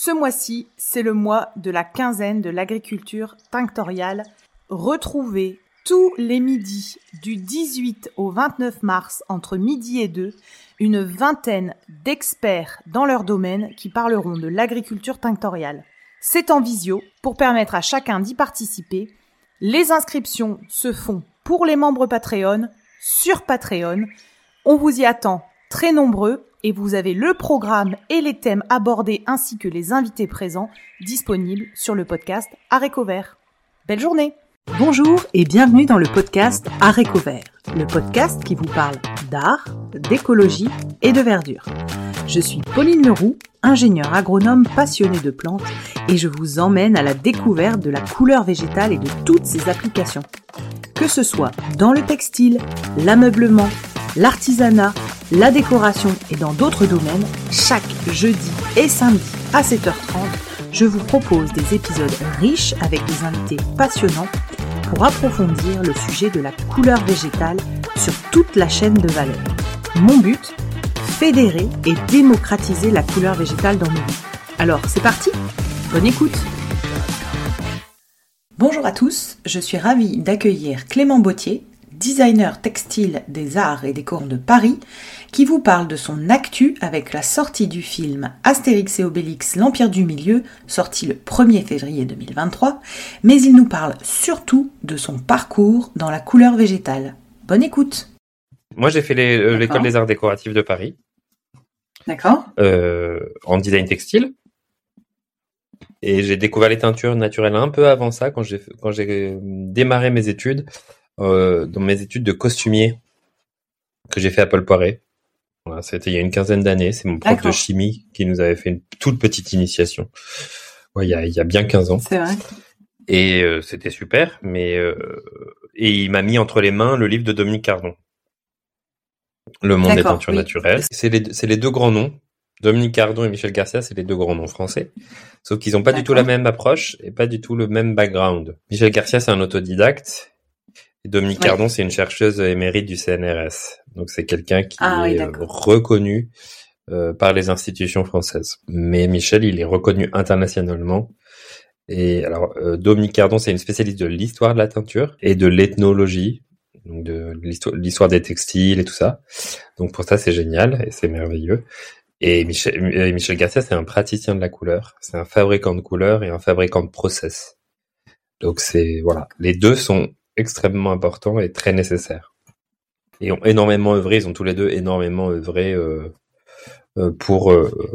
Ce mois-ci, c'est le mois de la quinzaine de l'agriculture tinctoriale. Retrouvez tous les midis du 18 au 29 mars, entre midi et 2, une vingtaine d'experts dans leur domaine qui parleront de l'agriculture tinctoriale. C'est en visio pour permettre à chacun d'y participer. Les inscriptions se font pour les membres Patreon sur Patreon. On vous y attend très nombreux et vous avez le programme et les thèmes abordés ainsi que les invités présents disponibles sur le podcast Haricots Verts. Belle journée! Bonjour et bienvenue dans le podcast Haricots Verts, le podcast qui vous parle d'art, d'écologie et de verdure. Je suis Pauline Leroux, ingénieure agronome passionnée de plantes et je vous emmène à la découverte de la couleur végétale et de toutes ses applications. Que ce soit dans le textile, l'ameublement, l'artisanat, la décoration et dans d'autres domaines, chaque jeudi et samedi à 7h30, je vous propose des épisodes riches avec des invités passionnants pour approfondir le sujet de la couleur végétale sur toute la chaîne de valeur. Mon but, fédérer et démocratiser la couleur végétale dans nos vies. Alors, c'est parti ? Bonne écoute ! Bonjour à tous, je suis ravie d'accueillir Clément Bottier, designer textile des Arts et Décors de Paris, qui vous parle de son actu avec la sortie du film Astérix et Obélix, l'Empire du Milieu, sorti le 1er février 2023, mais il nous parle surtout de son parcours dans la couleur végétale. Bonne écoute. Moi, j'ai fait l'école des arts décoratifs de Paris. D'accord. En design textile. Et j'ai découvert les teintures naturelles un peu avant ça, quand j'ai démarré mes études, dans mes études de costumier que j'ai fait à Paul Poiret. Voilà, c'était il y a une quinzaine d'années. C'est mon prof de chimie qui nous avait fait une toute petite initiation. Ouais, il y a bien 15 ans. C'est vrai. Et c'était super, mais et il m'a mis entre les mains le livre de Dominique Cardon, Le monde des teintures naturelles. C'est les deux grands noms. Dominique Cardon et Michel Garcia, c'est les deux grands noms français. Sauf qu'ils ont pas du tout la même approche et pas du tout le même background. Michel Garcia, c'est un autodidacte. Et Dominique Cardon, c'est une chercheuse émérite du CNRS. Donc c'est quelqu'un qui est reconnu par les institutions françaises. Mais Michel, il est reconnu internationalement. Et alors, Dominique Cardon, c'est une spécialiste de l'histoire de la teinture et de l'ethnologie, donc de l'histoire des textiles et tout ça. Donc pour ça, c'est génial et c'est merveilleux. Et Michel Garcia, c'est un praticien de la couleur. C'est un fabricant de couleurs et un fabricant de process. Donc voilà. Les deux sont extrêmement importants et très nécessaires. Et ont énormément œuvré, ils ont tous les deux énormément œuvré pour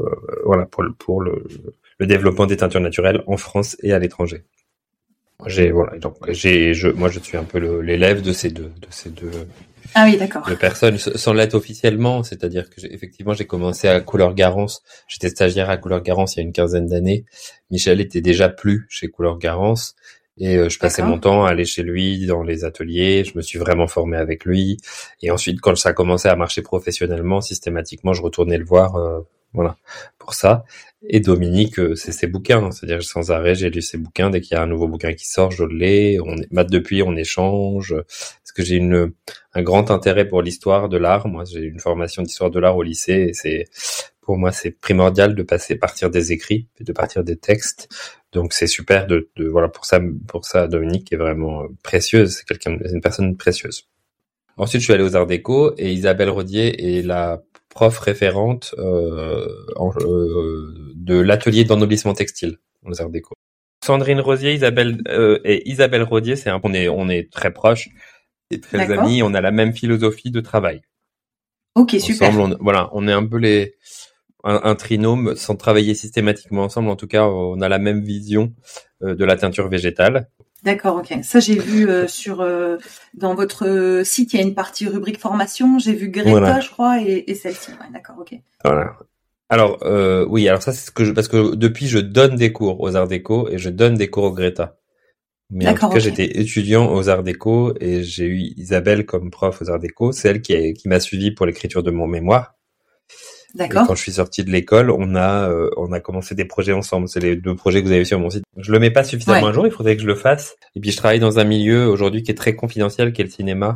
le développement des teintures naturelles en France et à l'étranger. Moi, je suis un peu l'élève de ces deux de personnes, sans l'être officiellement, c'est-à-dire que effectivement j'ai commencé à Couleur Garance, j'étais stagiaire à Couleur Garance il y a une quinzaine d'années. Michel était déjà plus chez Couleur Garance. Et je passais mon temps à aller chez lui dans les ateliers, je me suis vraiment formé avec lui. Et ensuite, quand ça a commencé à marcher professionnellement, systématiquement, je retournais le voir, pour ça. Et Dominique, c'est ses bouquins, c'est-à-dire sans arrêt, j'ai lu ses bouquins. Dès qu'il y a un nouveau bouquin qui sort, je l'ai. Depuis, on échange. Parce que j'ai un grand intérêt pour l'histoire de l'art. Moi, j'ai une formation d'histoire de l'art au lycée et pour moi, c'est primordial de partir des écrits, de partir des textes. Donc c'est super pour ça Dominique est vraiment précieuse, c'est une personne précieuse. Ensuite je suis allé aux Arts Déco et Isabelle Rodier est la prof référente de l'atelier d'ennoblissement textile aux Arts Déco. Sandrine Rosier, Isabelle Rodier, on est très proches et très amis, on a la même philosophie de travail. OK, super. Ensemble, on est un peu un trinôme sans travailler systématiquement ensemble. En tout cas, on a la même vision de la teinture végétale. D'accord, ok. Ça, j'ai vu dans votre site, il y a une partie rubrique formation. J'ai vu Greta, je crois, et celle-ci. Ouais, d'accord, ok. Voilà. Alors, alors ça, c'est parce que depuis, je donne des cours aux Arts Déco et je donne des cours au Greta. Mais en tout cas, j'étais étudiant aux Arts Déco et j'ai eu Isabelle comme prof aux Arts Déco. C'est elle qui m'a suivi pour l'écriture de mon mémoire. D'accord. Et quand je suis sorti de l'école, on a commencé des projets ensemble. C'est les deux projets que vous avez sur mon site. Je le mets pas suffisamment à jour, il faudrait que je le fasse. Et puis je travaille dans un milieu aujourd'hui qui est très confidentiel, qui est le cinéma.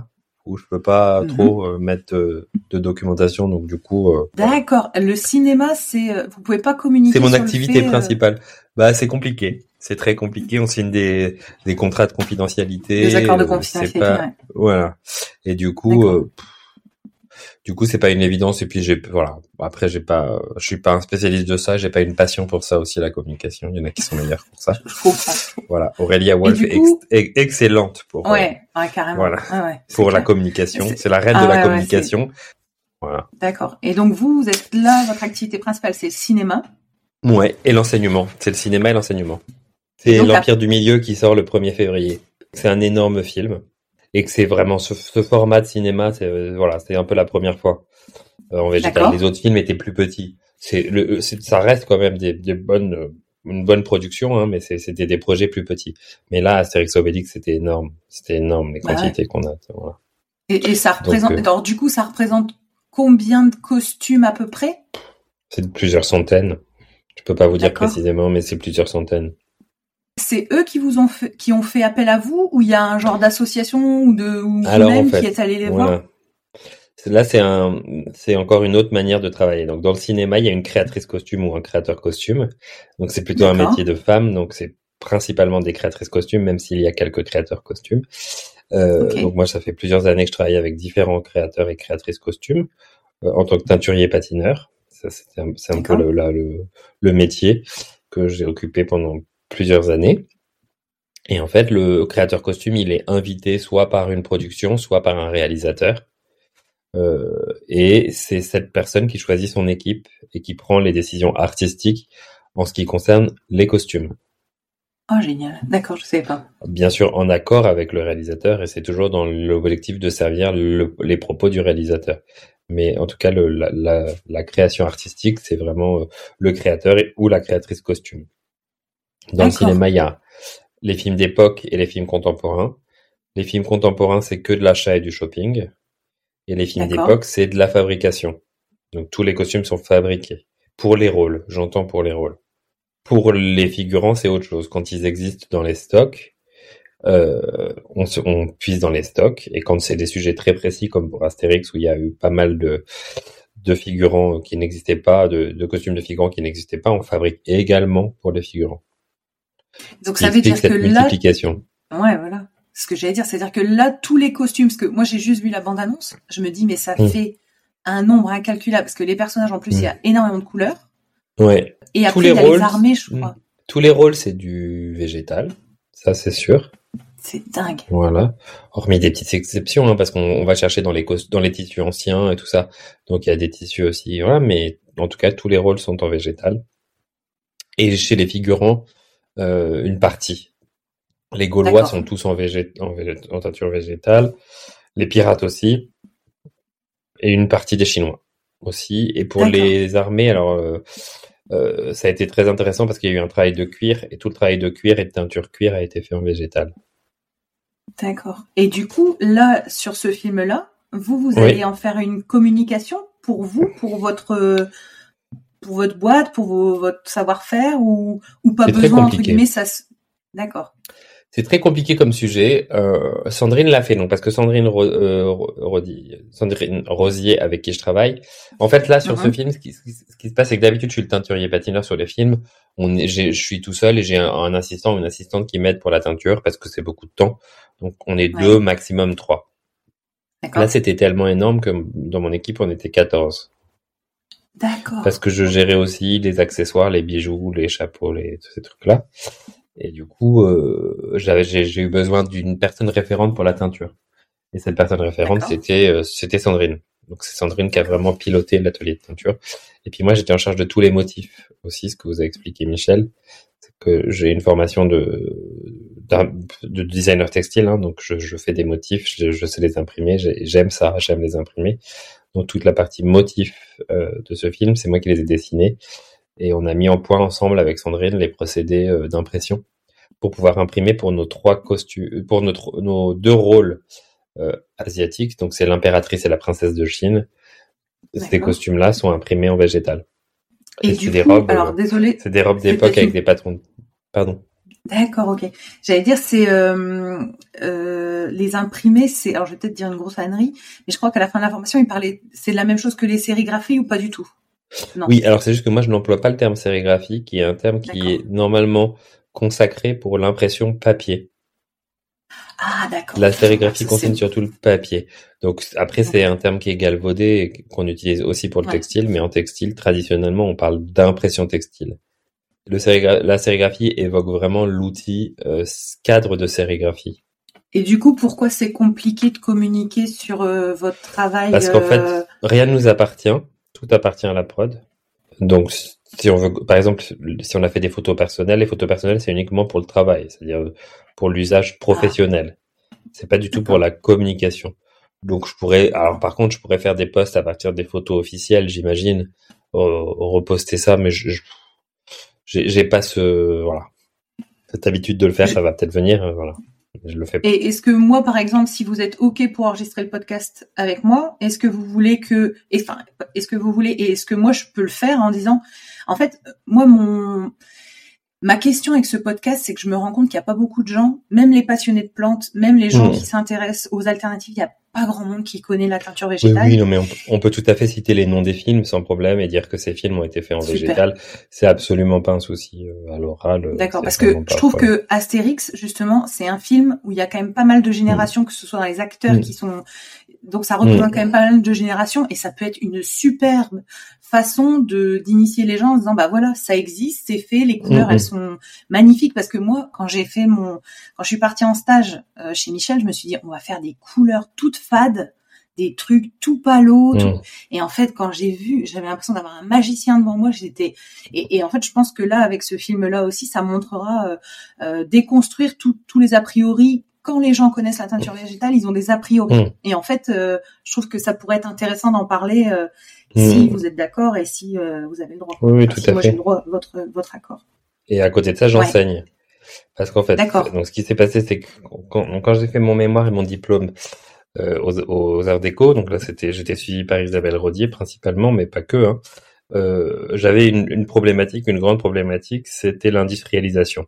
où je peux pas trop mettre de documentation, donc du coup. D'accord. Le cinéma, vous pouvez pas communiquer. C'est mon activité principale. Bah, c'est compliqué. C'est très compliqué. On signe des contrats de confidentialité. Des accords de confidentialité. Ouais. Voilà. Et du coup, c'est pas une évidence. Et puis voilà. Après, je suis pas un spécialiste de ça. J'ai pas une passion pour ça aussi, la communication. Il y en a qui sont meilleurs pour ça. Je comprends. Voilà. Aurélia Wolf est excellente pour. Carrément. Voilà. Ouais, pour la communication. C'est la reine de la communication. Voilà. D'accord. Et donc vous êtes là, votre activité principale, c'est le cinéma. Ouais. Et l'enseignement. C'est le cinéma et l'enseignement. C'est l'Empire du Milieu qui sort le 1er février. C'est un énorme film. Et que c'est vraiment ce format de cinéma, c'est un peu la première fois en végétal. Les autres films étaient plus petits. Ça reste quand même une bonne production, hein, mais c'était des projets plus petits. Mais là, Astérix Obélix, c'était énorme les quantités qu'on a. Voilà. Et ça représente. Alors du coup, ça représente combien de costumes à peu près? C'est plusieurs centaines. Je peux pas vous dire précisément, mais c'est plusieurs centaines. C'est eux qui ont fait appel à vous, ou il y a un genre d'association ou vous-même qui est allé les voir? Là, c'est encore une autre manière de travailler. Donc, dans le cinéma, il y a une créatrice costume ou un créateur costume. Donc, c'est plutôt un métier de femme. Donc, c'est principalement des créatrices costumes, même s'il y a quelques créateurs costumes. Donc, moi, ça fait plusieurs années que je travaille avec différents créateurs et créatrices costumes en tant que teinturier patineur. Ça, c'est un peu le métier que j'ai occupé pendant plusieurs années. Et en fait, le créateur costume, il est invité soit par une production, soit par un réalisateur. Et c'est cette personne qui choisit son équipe et qui prend les décisions artistiques en ce qui concerne les costumes. Oh, génial. D'accord, je savais pas. Bien sûr, en accord avec le réalisateur, et c'est toujours dans l'objectif de servir les propos du réalisateur. Mais en tout cas, la création artistique, c'est vraiment le créateur ou la créatrice costume. Dans le cinéma, il y a les films d'époque et les films contemporains. Les films contemporains, c'est que de l'achat et du shopping. Et les films d'époque, c'est de la fabrication. Donc tous les costumes sont fabriqués. Pour les rôles, j'entends pour les rôles. Pour les figurants, c'est autre chose. Quand ils existent dans les stocks, on puise dans les stocks. Et quand c'est des sujets très précis, comme pour Astérix, où il y a eu pas mal de figurants qui n'existaient pas, de costumes de figurants qui n'existaient pas, on fabrique également pour les figurants. Donc ça veut dire que multiplication. Ouais, voilà. Ce que j'allais dire, c'est-à-dire que là, tous les costumes, parce que moi j'ai juste vu la bande-annonce, je me dis mais ça fait un nombre incalculable, parce que les personnages en plus, il y a énormément de couleurs. Ouais. Et après, il y a les armées, je crois. Tous les rôles, c'est du végétal, ça c'est sûr. C'est dingue. Voilà. Hormis des petites exceptions, hein, parce qu'on va chercher dans les tissus anciens et tout ça. Donc il y a des tissus aussi, voilà, mais en tout cas, tous les rôles sont en végétal. Et chez les figurants, une partie. Les Gaulois sont tous en teinture végétale, les pirates aussi, et une partie des Chinois aussi. Et pour les armées, alors ça a été très intéressant parce qu'il y a eu un travail de cuir, et tout le travail de cuir et de teinture cuir a été fait en végétal. D'accord. Et du coup, là, sur ce film-là, vous allez en faire une communication pour vous, pour votre boîte, pour votre savoir-faire, ou pas besoin, entre guillemets, ça. D'accord. C'est très compliqué comme sujet. Sandrine l'a fait, non, parce que Sandrine Rosier, avec qui je travaille. En fait, là, sur ce film, ce qui se passe, c'est que d'habitude, je suis le teinturier patineur sur les films. Je suis tout seul et j'ai un assistant ou une assistante qui m'aide pour la teinture parce que c'est beaucoup de temps. Donc, on est 2, maximum 3. Là, c'était tellement énorme que dans mon équipe, on était 14. D'accord. Parce que je gérais aussi les accessoires, les bijoux, les chapeaux, tous ces trucs-là. Et du coup, j'ai eu besoin d'une personne référente pour la teinture. Et cette personne référente, c'était Sandrine. Donc c'est Sandrine qui a vraiment piloté l'atelier de teinture. Et puis moi, j'étais en charge de tous les motifs aussi, ce que vous a expliqué Michel. C'est que j'ai une formation de designer textile, hein, donc je fais des motifs, je sais les imprimer, j'aime ça, j'aime les imprimer. Donc toute la partie motifs de ce film, c'est moi qui les ai dessinés. Et on a mis en point ensemble avec Sandrine les procédés d'impression pour pouvoir imprimer pour nos 3 costumes, pour nos 2 rôles asiatiques. Donc c'est l'impératrice et la princesse de Chine. Ces costumes-là sont imprimés en végétal. Et du coup, alors désolé, c'est des robes d'époque avec des patrons. Pardon. D'accord, ok. J'allais dire, c'est les imprimés, c'est. Alors, je vais peut-être dire une grosse ânerie, mais je crois qu'à la fin de la formation, il parlait. C'est la même chose que les sérigraphies ou pas du tout? Non. Oui, alors c'est juste que moi je n'emploie pas le terme sérigraphie, qui est un terme qui est normalement consacré pour l'impression papier. Ah, d'accord. La sérigraphie concerne surtout le papier. Donc après, c'est un terme qui est galvaudé et qu'on utilise aussi pour le textile, mais en textile, traditionnellement, on parle d'impression textile. La sérigraphie évoque vraiment l'outil cadre de sérigraphie. Et du coup, pourquoi c'est compliqué de communiquer sur votre travail? Parce qu'en fait, rien ne nous appartient. Tout appartient à la prod. Donc, si on veut, par exemple, si on a fait des photos personnelles, les photos personnelles, c'est uniquement pour le travail, c'est-à-dire pour l'usage professionnel. C'est pas du tout pour la communication. Donc, alors par contre, je pourrais faire des posts à partir des photos officielles, j'imagine, reposter ça, mais j'ai pas cette habitude de le faire, ça va peut-être venir, voilà. Je le fais pas. Et est-ce que moi, par exemple, si vous êtes OK pour enregistrer le podcast avec moi, est-ce que vous voulez et est-ce que moi je peux le faire en disant, en fait, moi, ma question avec ce podcast, c'est que je me rends compte qu'il n'y a pas beaucoup de gens, même les passionnés de plantes, même les gens qui s'intéressent aux alternatives, il n'y a pas grand monde qui connaît la teinture végétale. Oui, non, mais on peut tout à fait citer les noms des films sans problème et dire que ces films ont été faits en végétal. C'est absolument pas un souci à l'oral. D'accord, parce que je trouve que Astérix, justement, c'est un film où il y a quand même pas mal de générations, que ce soit dans les acteurs qui sont... Donc ça représente quand même pas mal de générations et ça peut être une superbe façon d'initier les gens en disant bah voilà, ça existe, c'est fait, les couleurs elles sont magnifiques, parce que moi quand je suis partie en stage chez Michel, je me suis dit on va faire des couleurs toutes fades, des trucs tout palos, et en fait quand j'ai vu, j'avais l'impression d'avoir un magicien devant moi, et en fait je pense que là avec ce film là aussi ça montrera déconstruire tous les a priori. Quand les gens connaissent la teinture végétale, ils ont des a priori. Et en fait, je trouve que ça pourrait être intéressant d'en parler si vous êtes d'accord et si vous avez le droit. Oui, tout à fait. Moi, j'ai le droit, votre accord. Et à côté de ça, j'enseigne. Parce qu'en fait, donc ce qui s'est passé, c'est que quand j'ai fait mon mémoire et mon diplôme aux Arts Déco, donc là j'étais suivi par Isabelle Rodier principalement, mais pas que. J'avais une problématique, une grande problématique, c'était l'industrialisation.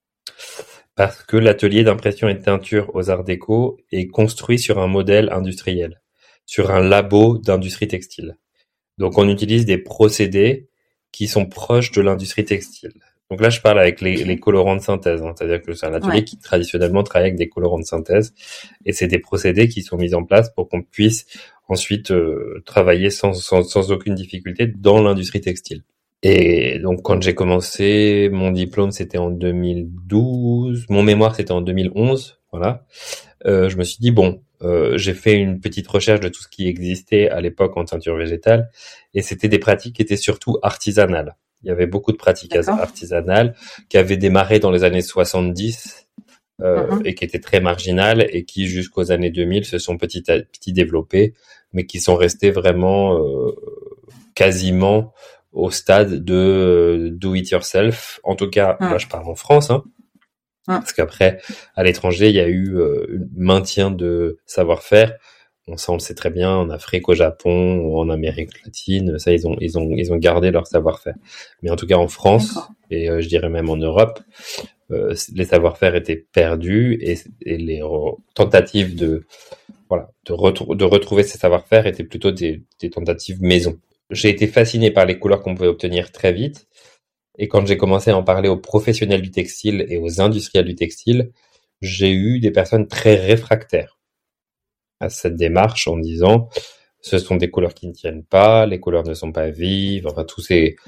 Parce que l'atelier d'impression et de teinture aux Arts Déco est construit sur un modèle industriel, sur un labo d'industrie textile. Donc on utilise des procédés qui sont proches de l'industrie textile. Donc là je parle avec les colorants de synthèse, c'est-à-dire que c'est un atelier qui traditionnellement travaille avec des colorants de synthèse, et c'est des procédés qui sont mis en place pour qu'on puisse ensuite travailler sans aucune difficulté dans l'industrie textile. Et donc quand j'ai commencé, mon diplôme c'était en 2012, mon mémoire c'était en 2011, voilà. Je me suis dit j'ai fait une petite recherche de tout ce qui existait à l'époque en teinture végétale, et c'était des pratiques qui étaient surtout artisanales. Il y avait beaucoup de pratiques artisanales qui avaient démarré dans les années 70 et qui étaient très marginales et qui jusqu'aux années 2000 se sont petit à petit développées, mais qui sont restées vraiment quasiment au stade de do it yourself. En tout cas, là je parle en France, parce qu'après à l'étranger il y a eu un maintien de savoir-faire. Ça on le sait très bien, en Afrique, au Japon, ou en Amérique latine, ça ils ont gardé leur savoir-faire. Mais en tout cas en France et je dirais même en Europe, les savoir-faire étaient perdus, et les tentatives de retrouver ces savoir-faire étaient plutôt des tentatives maison. J'ai été fasciné par les couleurs qu'on pouvait obtenir très vite. Et quand j'ai commencé à en parler aux professionnels du textile et aux industriels du textile, j'ai eu des personnes très réfractaires à cette démarche en disant ce sont des couleurs qui ne tiennent pas, les couleurs ne sont pas vives, enfin tout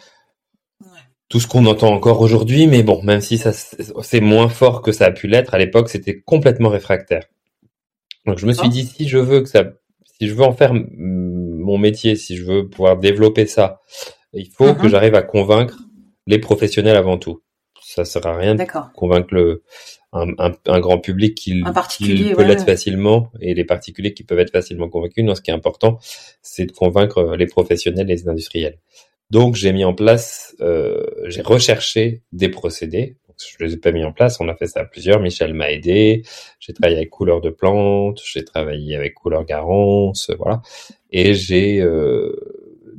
ce qu'on entend encore aujourd'hui, mais bon, même si ça c'est moins fort que ça a pu l'être, à l'époque c'était complètement réfractaire. Donc je me suis dit si je veux en faire mon métier, si je veux pouvoir développer ça, il faut que j'arrive à convaincre les professionnels avant tout. Ça sert à rien de convaincre un grand public qui peut l'être facilement, et les particuliers qui peuvent être facilement convaincus. Non, ce qui est important, c'est de convaincre les professionnels et les industriels. Donc j'ai mis en place, j'ai recherché des procédés. Je les ai pas mis en place, on a fait ça à plusieurs. Michel m'a aidé, j'ai travaillé avec Couleurs de Plantes, j'ai travaillé avec Couleurs Garance, voilà. Et j'ai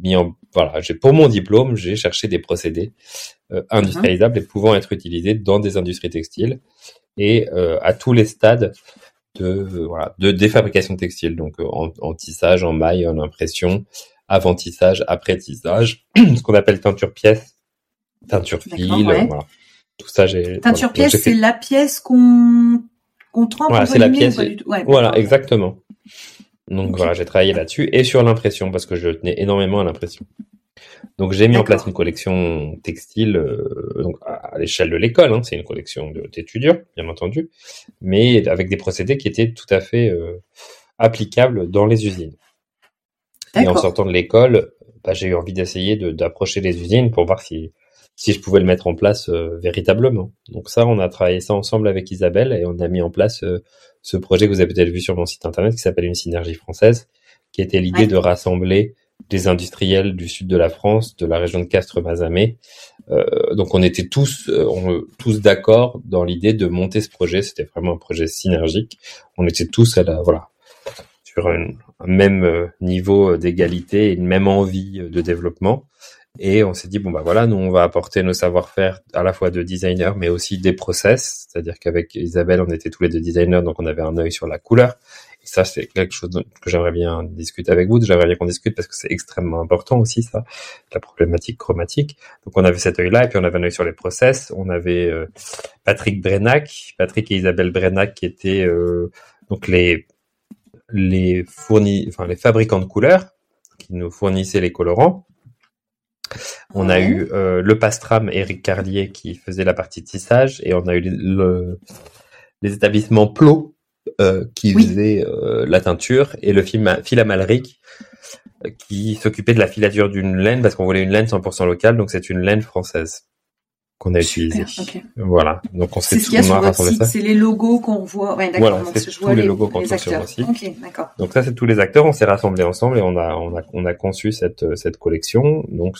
pour mon diplôme, j'ai cherché des procédés industrialisables et pouvant être utilisés dans des industries textiles et à tous les stades de défabrication textile, donc en tissage, en maille, en impression, avant tissage, après tissage, ce qu'on appelle teinture pièce, teinture fil, voilà. Tout ça, teinture pièce, c'est la pièce qu'on trempe. Voilà, c'est la pièce. Voilà, exactement. Donc voilà, j'ai travaillé là-dessus et sur l'impression parce que je tenais énormément à l'impression. Donc j'ai mis en place une collection textile donc à l'échelle de l'école, hein, c'est une collection d'étudiants bien entendu, mais avec des procédés qui étaient tout à fait applicables dans les usines. Et en sortant de l'école, j'ai eu envie d'essayer d'approcher les usines pour voir si je pouvais le mettre en place véritablement. Donc ça, on a travaillé ça ensemble avec Isabelle et on a mis en place ce projet que vous avez peut-être vu sur mon site internet qui s'appelle Une synergie française, qui était l'idée de rassembler des industriels du sud de la France, de la région de Castres-Mazamet. Donc on était tous d'accord dans l'idée de monter ce projet. C'était vraiment un projet synergique. On était tous sur un même niveau d'égalité et une même envie de développement. Et on s'est dit, nous, on va apporter nos savoir-faire à la fois de designers, mais aussi des process. C'est-à-dire qu'avec Isabelle, on était tous les deux designers, donc on avait un œil sur la couleur. Et ça, c'est quelque chose que j'aimerais bien discuter avec vous. J'aimerais bien qu'on discute parce que c'est extrêmement important aussi, ça, la problématique chromatique. Donc on avait cet œil-là, et puis on avait un œil sur les process. On avait Patrick et Isabelle Brenac, qui étaient donc les fabricants de couleurs, qui nous fournissaient les colorants. On a eu le Pastram, Éric Carlier, qui faisait la partie tissage, et on a eu les établissements Plot qui faisaient la teinture, et le Fil Amalric qui s'occupait de la filature d'une laine, parce qu'on voulait une laine 100% locale, donc c'est une laine française qu'on a utilisée. Okay. Voilà, donc on s'est tout rassemblé ça. C'est les logos qu'on voit. Ouais, d'accord. Voilà, c'est tous les logos qu'on trouve sur le site. Ok, d'accord. Donc ça, c'est tous les acteurs. On s'est rassemblés ensemble et on a conçu cette collection. Donc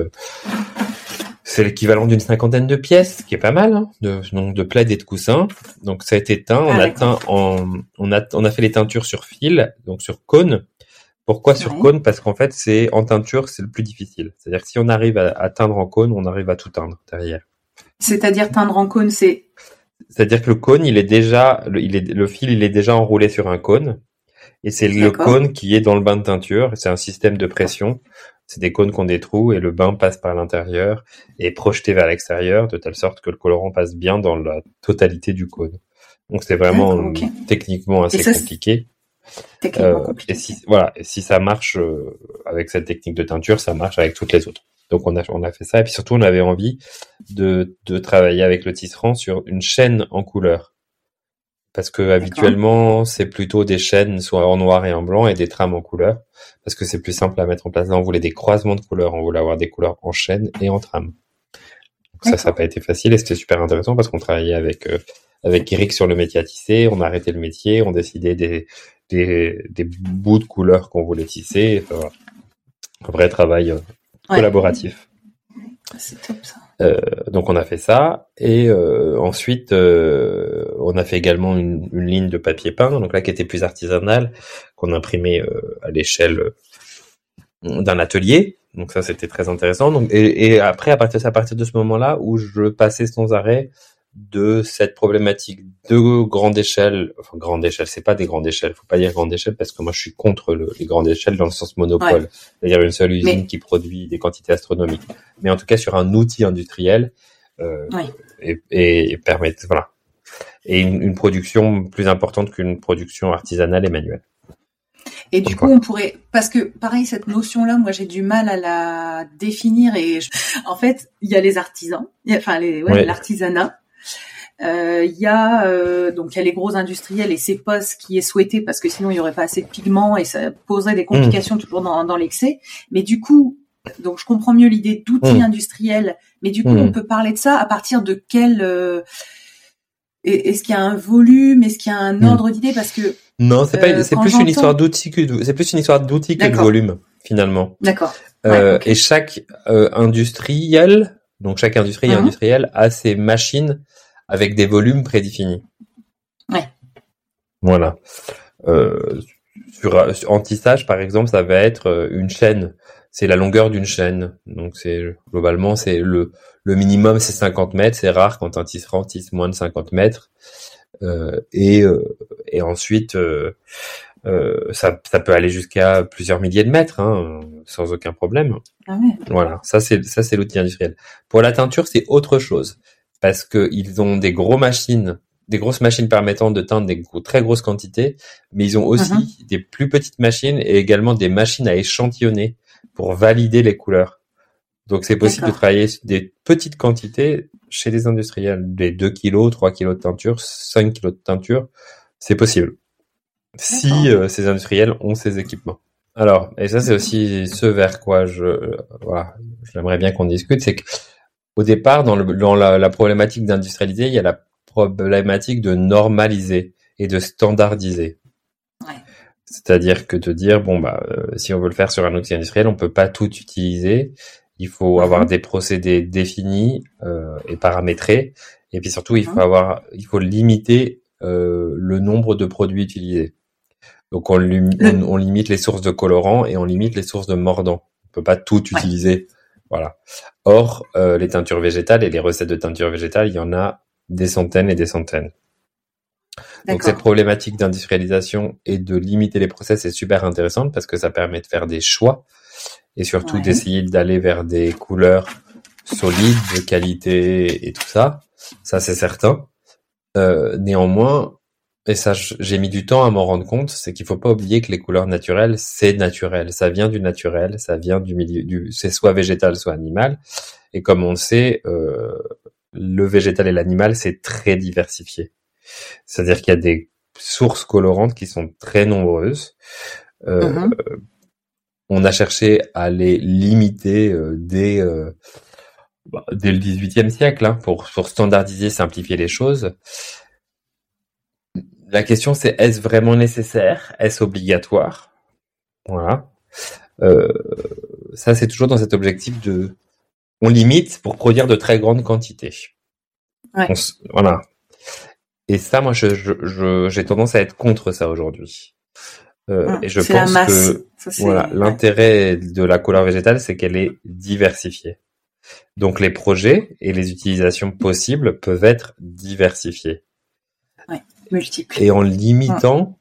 c'est l'équivalent d'une 50aine de pièces, qui est pas mal, hein, de plaids et de coussins. Donc ça a été teint. On a fait les teintures sur fil, donc sur cône. Pourquoi sur cône? Parce qu'en fait, en teinture, c'est le plus difficile. C'est-à-dire que si on arrive à teindre en cône, on arrive à tout teindre derrière. C'est-à-dire teindre en cône, c'est-à-dire que le cône, le fil, il est déjà enroulé sur un cône. Et c'est le cône qui est dans le bain de teinture. C'est un système de pression. C'est des cônes qui ont des trous et le bain passe par l'intérieur et est projeté vers l'extérieur de telle sorte que le colorant passe bien dans la totalité du cône. Donc c'est vraiment techniquement assez compliqué. Et si ça marche avec cette technique de teinture, ça marche avec toutes les autres. Donc on a fait ça, et puis surtout on avait envie de travailler avec le tisserand sur une chaîne en couleur, parce que habituellement c'est plutôt des chaînes soit en noir et en blanc et des trames en couleur, parce que c'est plus simple à mettre en place. Là on voulait des croisements de couleurs, on voulait avoir des couleurs en chaîne et en trame. Donc ça n'a pas été facile, et c'était super intéressant parce qu'on travaillait avec Eric sur le métier à tisser. On a arrêté le métier, on décidait des bouts de couleurs qu'on voulait tisser. Enfin, un vrai travail collaboratif. C'est top ça. Donc on a fait ça, et ensuite on a fait également une ligne de papier peint, donc là qui était plus artisanale, qu'on imprimait à l'échelle d'un atelier. Donc ça c'était très intéressant. Donc et après à partir de ce moment-là où je passais sans arrêt de cette problématique de grande échelle, c'est pas des grandes échelles, faut pas dire grande échelle parce que moi je suis contre les grandes échelles dans le sens monopole, c'est-à-dire une seule usine qui produit des quantités astronomiques, mais en tout cas sur un outil industriel et permettre et une production plus importante qu'une production artisanale et manuelle. Et du coup, on pourrait, parce que pareil, cette notion-là, moi, j'ai du mal à la définir. Et en fait, il y a les artisans, l'artisanat. Il y a donc il y a les gros industriels, et c'est pas ce qui est souhaité parce que sinon il y aurait pas assez de pigments et ça poserait des complications toujours dans l'excès. Mais du coup, donc je comprends mieux l'idée d'outils industriels. Mais du coup, on peut parler de ça à partir de quel est-ce qu'il y a un volume, est-ce qu'il y a un ordre d'idée, parce que non, c'est plus une histoire d'outils que de volume finalement. D'accord. Et chaque industriel, donc chaque industrie industrielle a ses machines avec des volumes prédéfinis. Ouais. Voilà. En tissage, par exemple, ça va être une chaîne. c'est la longueur d'une chaîne. Donc globalement, c'est le minimum, c'est 50 mètres. C'est rare quand un tisserand tisse moins de 50 mètres. Et ensuite, ça peut aller jusqu'à plusieurs milliers de mètres, sans aucun problème. Ah ouais. Voilà, ça c'est l'outil industriel. Pour la teinture, c'est autre chose parce que ils ont des grosses machines permettant de teindre des très grosses quantités, mais ils ont aussi des plus petites machines et également des machines à échantillonner pour valider les couleurs. Donc c'est possible de travailler des petites quantités chez les industriels, des 2 kilos, 3 kilos de teinture, 5 kilos de teinture, c'est possible. Si ces industriels ont ces équipements. Alors, et ça c'est aussi ce vers quoi j'aimerais bien qu'on discute, c'est qu'au départ, dans la problématique d'industrialiser, il y a la problématique de normaliser et de standardiser. Ouais. C'est-à-dire que te dire, si on veut le faire sur un outil industriel, on peut pas tout utiliser. Il faut avoir des procédés définis et paramétrés. Et puis surtout, il faut limiter le nombre de produits utilisés. Donc on limite les sources de colorants et on limite les sources de mordants. On peut pas tout utiliser. Voilà. Or, les teintures végétales et les recettes de teinture végétale, il y en a des centaines et des centaines. Donc cette problématique d'industrialisation et de limiter les process est super intéressante parce que ça permet de faire des choix et surtout d'essayer d'aller vers des couleurs solides, de qualité et tout ça. Ça, c'est certain. Néanmoins, et ça, j'ai mis du temps à m'en rendre compte, c'est qu'il faut pas oublier que les couleurs naturelles, c'est naturel. Ça vient du naturel, ça vient du milieu, c'est soit végétal, soit animal. Et comme on le sait, le végétal et l'animal, c'est très diversifié. C'est-à-dire qu'il y a des sources colorantes qui sont très nombreuses. On a cherché à les limiter dès le XVIIIe siècle, pour standardiser, simplifier les choses. La question c'est, est-ce vraiment nécessaire? Est-ce obligatoire? Voilà. Ça c'est toujours dans cet objectif on limite pour produire de très grandes quantités. Ouais. Voilà. Et ça, moi, j'ai tendance à être contre ça aujourd'hui. Et je pense que l'intérêt de la couleur végétale, c'est qu'elle est diversifiée. Donc les projets et les utilisations possibles peuvent être diversifiés. Ouais, multiples. Et en limitant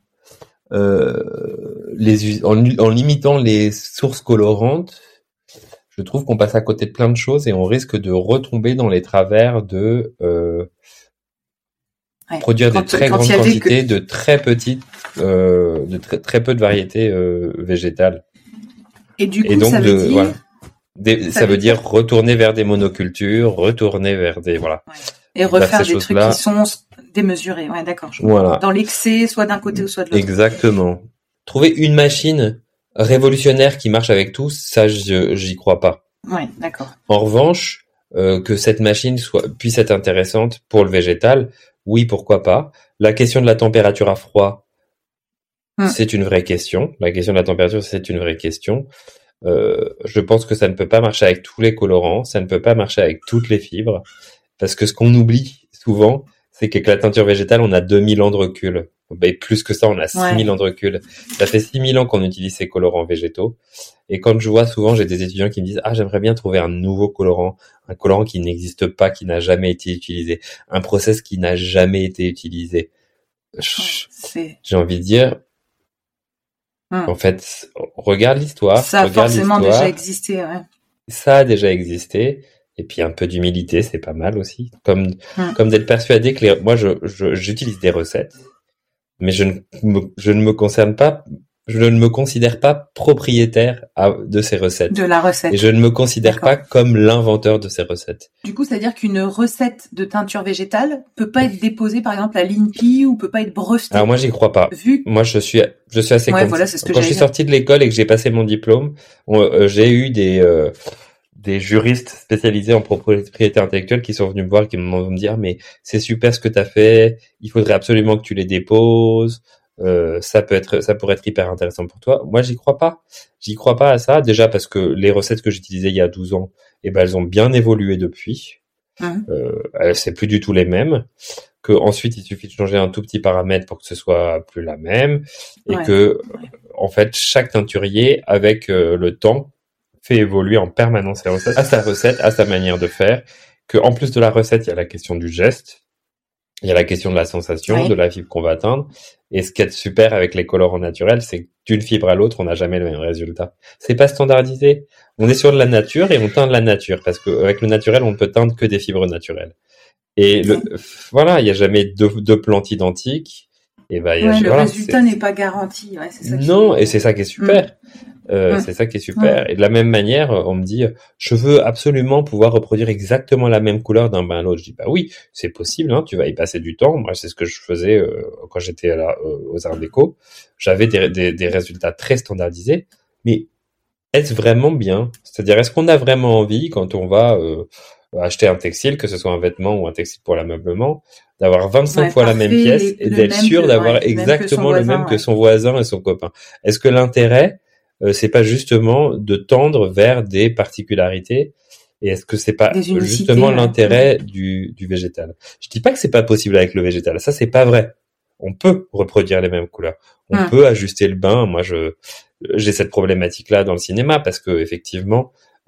en limitant les sources colorantes, je trouve qu'on passe à côté de plein de choses et on risque de retomber dans les travers de produire des très grandes quantités de très petites, de très peu de variétés végétales. Et du coup, ça veut dire... ça veut dire retourner vers des monocultures, retourner vers des... Voilà. Ouais. Et refaire des trucs qui sont démesurés. Ouais, d'accord. Voilà. Dans l'excès, soit d'un côté ou soit de l'autre. Exactement. Trouver une machine révolutionnaire qui marche avec tout, ça, j'y crois pas. Ouais, d'accord. En revanche, que cette machine puisse être intéressante pour le végétal, oui, pourquoi pas. La question de la température à froid, c'est une vraie question. La question de la température, c'est une vraie question. Je pense que ça ne peut pas marcher avec tous les colorants, ça ne peut pas marcher avec toutes les fibres, parce que ce qu'on oublie souvent, c'est qu'avec la teinture végétale, on a 2000 ans de recul. Et plus que ça, on a 6000 ans de recul. Ça fait 6000 ans qu'on utilise ces colorants végétaux. Et quand je vois souvent, j'ai des étudiants qui me disent « Ah, j'aimerais bien trouver un nouveau colorant, un colorant qui n'existe pas, qui n'a jamais été utilisé, un process qui n'a jamais été utilisé. » J'ai envie de dire, en fait, regarde l'histoire. Ça a forcément déjà existé, ouais. Ça a déjà existé. Et puis un peu d'humilité, c'est pas mal aussi. Comme d'être persuadé que moi, j'utilise des recettes, mais je ne me considère pas propriétaire de ces recettes. De la recette. Et je ne me considère pas comme l'inventeur de ces recettes. Du coup, c'est-à-dire qu'une recette de teinture végétale peut pas être déposée, par exemple, à l'INPI ou peut pas être brevetée. Alors moi, j'y crois pas. Moi, je suis assez contre. Voilà, c'est ce que quand je suis sorti de l'école et que j'ai passé mon diplôme, j'ai eu des juristes spécialisés en propriété intellectuelle qui sont venus me voir et qui m'ont me dire mais c'est super ce que t'as fait, il faudrait absolument que tu les déposes, ça pourrait être hyper intéressant pour toi. Moi j'y crois pas à ça, déjà parce que les recettes que j'utilisais il y a 12 ans, elles ont bien évolué depuis. C'est plus du tout les mêmes, que ensuite il suffit de changer un tout petit paramètre pour que ce soit plus la même, et que en fait chaque teinturier avec le temps fait évoluer en permanence la recette, à sa recette, à sa manière de faire, que en plus de la recette, il y a la question du geste, il y a la question de la sensation, de la fibre qu'on va atteindre. Et ce qui est super avec les colorants naturels, c'est que d'une fibre à l'autre, on n'a jamais le même résultat. C'est pas standardisé. On est sur de la nature et on teint de la nature, parce qu'avec le naturel, on ne peut teindre que des fibres naturelles. Et voilà, il n'y a jamais deux plantes identiques. Et le résultat n'est pas garanti. Ouais, c'est ça et c'est ça qui est super. C'est ça qui est super. Et de la même manière, on me dit, je veux absolument pouvoir reproduire exactement la même couleur d'un bain à l'autre. Je dis, bah oui, c'est possible, hein, tu vas y passer du temps. Moi, c'est ce que je faisais quand j'étais aux Arts Déco. J'avais des résultats très standardisés, mais est-ce vraiment bien? C'est-à-dire, est-ce qu'on a vraiment envie, quand on va acheter un textile, que ce soit un vêtement ou un textile pour l'ameublement, d'avoir 25 fois la même pièce et d'être sûr d'avoir exactement le même que son voisin et son copain? Est-ce que l'intérêt, c'est pas justement de tendre vers des particularités, et est-ce que c'est pas justement l'intérêt du végétal? Je dis pas que c'est pas possible avec le végétal, ça c'est pas vrai. On peut reproduire les mêmes couleurs, on peut ajuster le bain. Moi j'ai cette problématique là dans le cinéma, parce que effectivement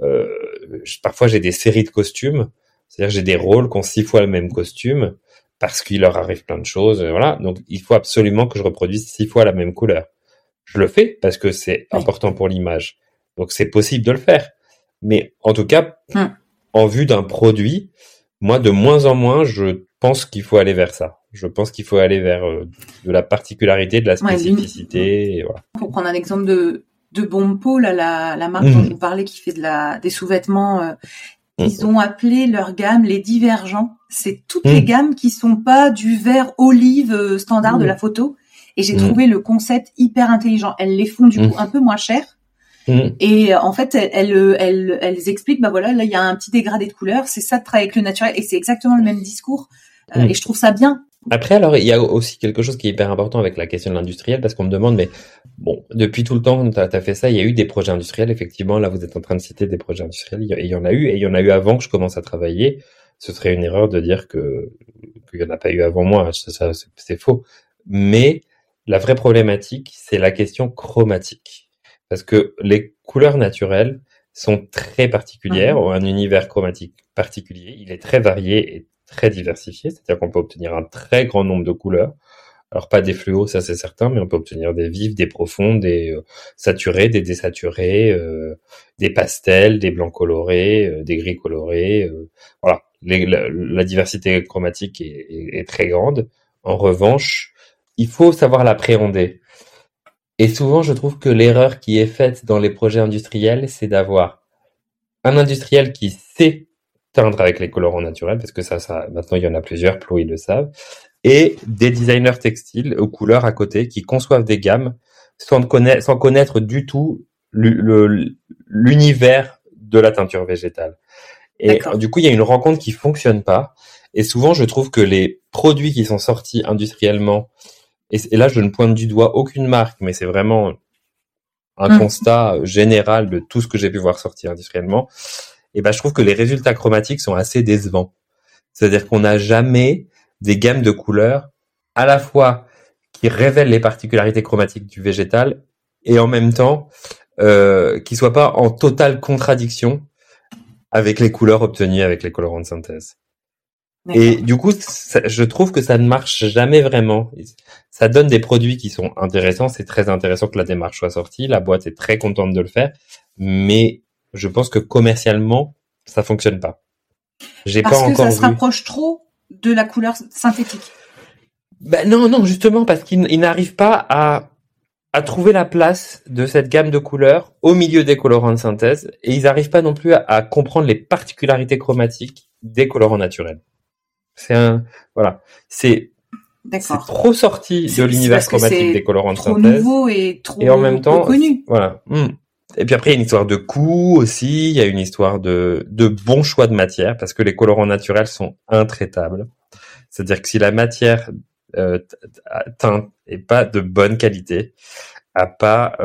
parfois j'ai des séries de costumes, c'est-à-dire j'ai des rôles qui ont 6 fois le même costume parce qu'il leur arrive plein de choses, voilà, donc il faut absolument que je reproduise 6 fois la même couleur. Je le fais parce que c'est important pour l'image. Donc, c'est possible de le faire. Mais en tout cas, en vue d'un produit, moi, de moins en moins, je pense qu'il faut aller vers ça. Je pense qu'il faut aller vers de la particularité, de la spécificité. Et voilà. Pour prendre un exemple de Bompo, là, la marque dont vous parlez qui fait des sous-vêtements, ils ont appelé leur gamme les divergents. C'est toutes les gammes qui sont pas du vert olive standard de la photo. Et j'ai trouvé le concept hyper intelligent. Elles les font du coup un peu moins cher. Et en fait, elles expliquent, bah voilà, là il y a un petit dégradé de couleur, c'est ça de travailler avec le naturel, et c'est exactement le même discours. Et je trouve ça bien. Après, alors, il y a aussi quelque chose qui est hyper important avec la question de l'industriel, parce qu'on me demande, mais bon, depuis tout le temps que t'as fait ça, il y a eu des projets industriels. Effectivement, là, vous êtes en train de citer des projets industriels. Il y en a eu, et il y en a eu avant que je commence à travailler. Ce serait une erreur de dire qu'il y en a pas eu avant moi. Ça, c'est faux. Mais la vraie problématique, c'est la question chromatique. Parce que les couleurs naturelles sont très particulières, ont un univers chromatique particulier. Il est très varié et très diversifié, c'est-à-dire qu'on peut obtenir un très grand nombre de couleurs. Alors pas des fluos, ça c'est certain, mais on peut obtenir des vives, des profondes, des saturés, des désaturés, des pastels, des blancs colorés, des gris colorés. Voilà, la diversité chromatique est très grande. En revanche, il faut savoir l'appréhender. Et souvent, je trouve que l'erreur qui est faite dans les projets industriels, c'est d'avoir un industriel qui sait teindre avec les colorants naturels, parce que ça, maintenant, il y en a plusieurs, Plo, ils le savent, et des designers textiles aux couleurs à côté qui conçoivent des gammes sans connaître du tout l'univers de la teinture végétale. Et du coup, il y a une rencontre qui fonctionne pas. Et souvent, je trouve que les produits qui sont sortis industriellement, et là, je ne pointe du doigt aucune marque, mais c'est vraiment un constat général de tout ce que j'ai pu voir sortir industriellement, et ben, je trouve que les résultats chromatiques sont assez décevants. C'est-à-dire qu'on n'a jamais des gammes de couleurs à la fois qui révèlent les particularités chromatiques du végétal et en même temps qui soient pas en totale contradiction avec les couleurs obtenues avec les colorants de synthèse. Et du coup, je trouve que ça ne marche jamais vraiment. Ça donne des produits qui sont intéressants. C'est très intéressant que la démarche soit sortie. La boîte est très contente de le faire. Mais je pense que commercialement, ça fonctionne pas. Parce que ça se rapproche trop de la couleur synthétique. Ben non, justement, parce qu'ils n'arrivent pas à trouver la place de cette gamme de couleurs au milieu des colorants de synthèse. Et ils n'arrivent pas non plus à comprendre les particularités chromatiques des colorants naturels. C'est trop sorti de l'univers chromatique des colorants de synthèse. Trop nouveau et trop et en même temps, connu. Voilà. Et puis après, il y a une histoire de coût aussi, il y a une histoire de bon choix de matière, parce que les colorants naturels sont intraitables. C'est-à-dire que si la matière teinte est pas de bonne qualité, a pas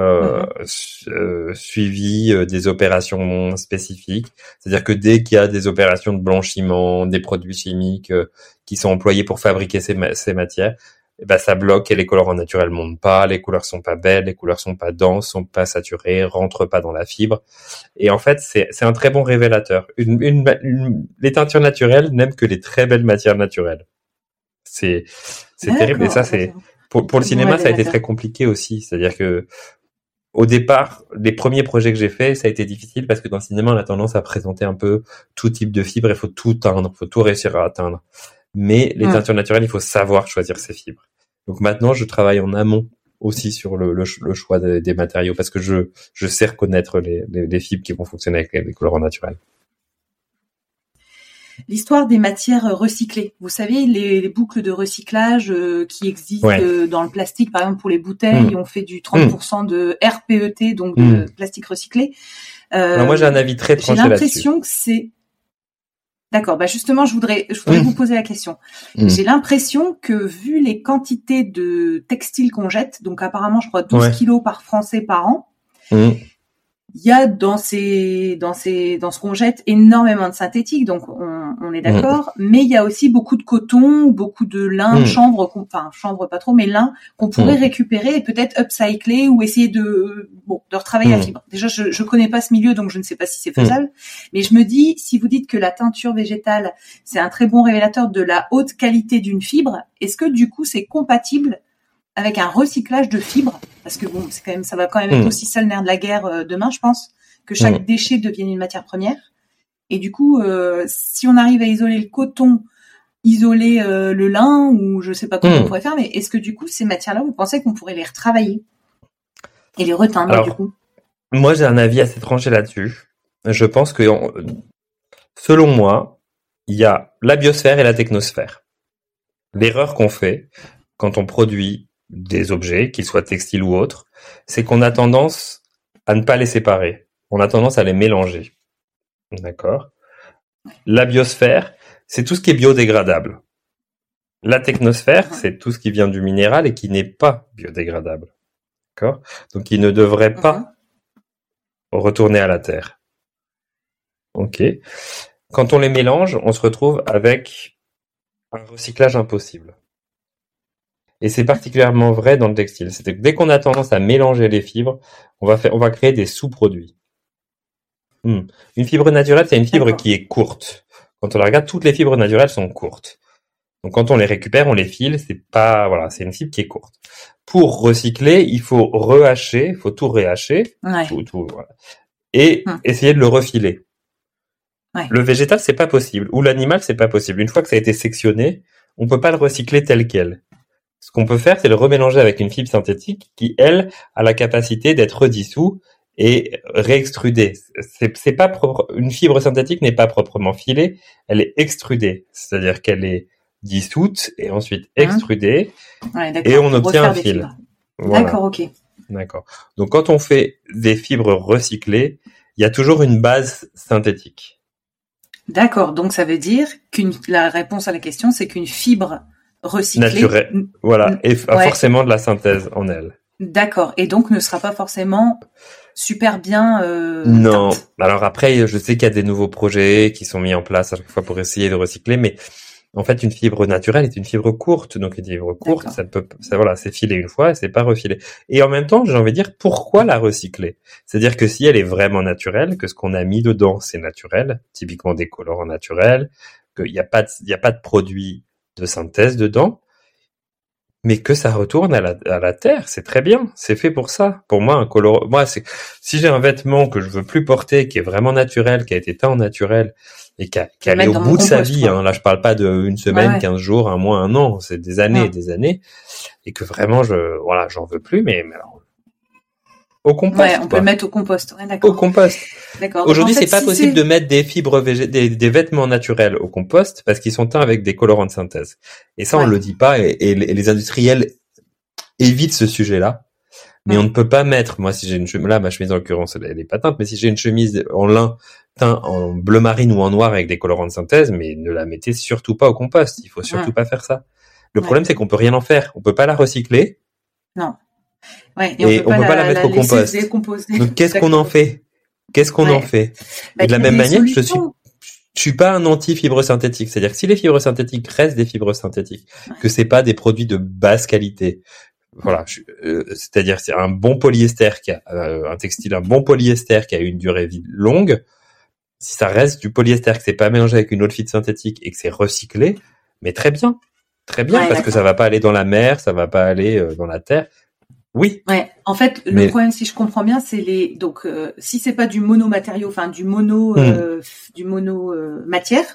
suivi des opérations spécifiques. C'est-à-dire que dès qu'il y a des opérations de blanchiment, des produits chimiques qui sont employés pour fabriquer ces matières, ça bloque et les colorants naturels montent pas, les couleurs sont pas belles, les couleurs sont pas denses, sont pas saturées, rentrent pas dans la fibre. Et en fait, c'est un très bon révélateur. Les teintures naturelles n'aiment que les très belles matières naturelles. C'est terrible. Et ça, pour le cinéma, ça a été très compliqué aussi. C'est-à-dire que, au départ, les premiers projets que j'ai faits, ça a été difficile parce que dans le cinéma, on a tendance à présenter un peu tout type de fibres. Il faut tout teindre, il faut tout réussir à atteindre. Mais les teintures naturelles, il faut savoir choisir ses fibres. Donc maintenant, je travaille en amont aussi sur le choix des matériaux parce que je sais reconnaître les fibres qui vont fonctionner avec les colorants naturels. L'histoire des matières recyclées. Vous savez, les boucles de recyclage qui existent dans le plastique, par exemple pour les bouteilles, on fait du 30% de RPET, donc de plastique recyclé. Alors moi, j'ai un avis très tranché là-dessus. J'ai l'impression que c'est... D'accord, justement, je voudrais vous poser la question. J'ai l'impression que vu les quantités de textiles qu'on jette, donc apparemment, je crois 12 kilos par Français par an, il y a dans ce qu'on jette énormément de synthétique, donc on est d'accord, mais il y a aussi beaucoup de coton, beaucoup de lin, chanvre pas trop, mais lin qu'on pourrait récupérer et peut-être upcycler ou essayer de retravailler la fibre. Déjà, je connais pas ce milieu, donc je ne sais pas si c'est faisable, mais je me dis, si vous dites que la teinture végétale, c'est un très bon révélateur de la haute qualité d'une fibre, est-ce que du coup c'est compatible avec un recyclage de fibres, parce que ça va quand même être aussi ça le nerf de la guerre demain, je pense, que chaque déchet devienne une matière première. Et du coup, si on arrive à isoler le coton, isoler le lin, ou je sais pas comment on pourrait faire, mais est-ce que du coup, ces matières-là, vous pensez qu'on pourrait les retravailler et les reteindre? Alors, du coup, moi, j'ai un avis assez tranché là-dessus. Je pense que, selon moi, il y a la biosphère et la technosphère. L'erreur qu'on fait quand on produit des objets, qu'ils soient textiles ou autres, c'est qu'on a tendance à ne pas les séparer. On a tendance à les mélanger. D'accord ? La biosphère, c'est tout ce qui est biodégradable. La technosphère, c'est tout ce qui vient du minéral et qui n'est pas biodégradable. D'accord ? Donc, qui ne devrait pas retourner à la Terre. Ok. Quand on les mélange, on se retrouve avec un recyclage impossible. Et c'est particulièrement vrai dans le textile. C'est que dès qu'on a tendance à mélanger les fibres, on va créer des sous-produits. Une fibre naturelle, c'est une fibre qui est courte. Quand on la regarde, toutes les fibres naturelles sont courtes. Donc quand on les récupère, on les file, c'est une fibre qui est courte. Pour recycler, il faut rehacher, il faut tout rehacher, et essayer de le refiler. Ouais. Le végétal, c'est pas possible, ou l'animal, c'est pas possible. Une fois que ça a été sectionné, on peut pas le recycler tel quel. Ce qu'on peut faire, c'est le remélanger avec une fibre synthétique qui, elle, a la capacité d'être dissous et réextrudée. C'est pas propre. Une fibre synthétique n'est pas proprement filée, elle est extrudée. C'est-à-dire qu'elle est dissoute et ensuite extrudée, et on obtient un fil. Voilà. D'accord, ok. D'accord. Donc, quand on fait des fibres recyclées, il y a toujours une base synthétique. D'accord. Donc, ça veut dire la réponse à la question, c'est qu'une fibre recyclée, naturelle, et a forcément de la synthèse en elle. D'accord, et donc ne sera pas forcément super bien non. Teinte. Alors après, je sais qu'il y a des nouveaux projets qui sont mis en place à chaque fois pour essayer de recycler, mais en fait, une fibre naturelle est une fibre courte, donc une fibre courte, c'est filé une fois et c'est pas refilé. Et en même temps, j'ai envie de dire, pourquoi la recycler ? C'est-à-dire que si elle est vraiment naturelle, que ce qu'on a mis dedans, c'est naturel, typiquement des colorants naturels, qu'il n'y a pas de produit de synthèse dedans, mais que ça retourne à la terre, c'est très bien, c'est fait pour ça. Pour moi, si j'ai un vêtement que je veux plus porter, qui est vraiment naturel, qui a été teint en naturel, et qui est allé au bout de sa vie, là je parle pas d'une semaine, 15 jours, un mois, un an, c'est des années et des années, et que vraiment j'en veux plus, mais alors, au compost. Ouais, on peut le mettre au compost. Ouais, d'accord. Au compost. D'accord. Aujourd'hui, c'est pas possible de mettre des fibres des vêtements naturels au compost parce qu'ils sont teints avec des colorants de synthèse. Et ça, on le dit pas, et les industriels évitent ce sujet-là. Mais on ne peut pas mettre, moi, si j'ai une chemise, là, ma chemise, en l'occurrence, elle est pas teinte, mais si j'ai une chemise en lin teint en bleu marine ou en noir avec des colorants de synthèse, mais ne la mettez surtout pas au compost. Il faut surtout pas faire ça. Le problème, c'est qu'on peut rien en faire. On peut pas la recycler. Non. Ouais, et on peut pas la mettre au compost. Donc qu'est-ce qu'on en fait ? Et de la même manière, suis pas un anti-fibres synthétiques. C'est-à-dire que si les fibres synthétiques restent des fibres synthétiques, que c'est pas des produits de basse qualité. Voilà, c'est-à-dire c'est un bon polyester qui a un textile, un bon polyester qui a une durée de vie longue. Si ça reste du polyester, que c'est pas mélangé avec une autre fibre synthétique et que c'est recyclé, mais très bien, parce que ça va pas aller dans la mer, ça va pas aller dans la terre. Oui. Ouais. En fait, le problème, si je comprends bien, c'est si c'est pas du monomatériau, enfin du mono matière,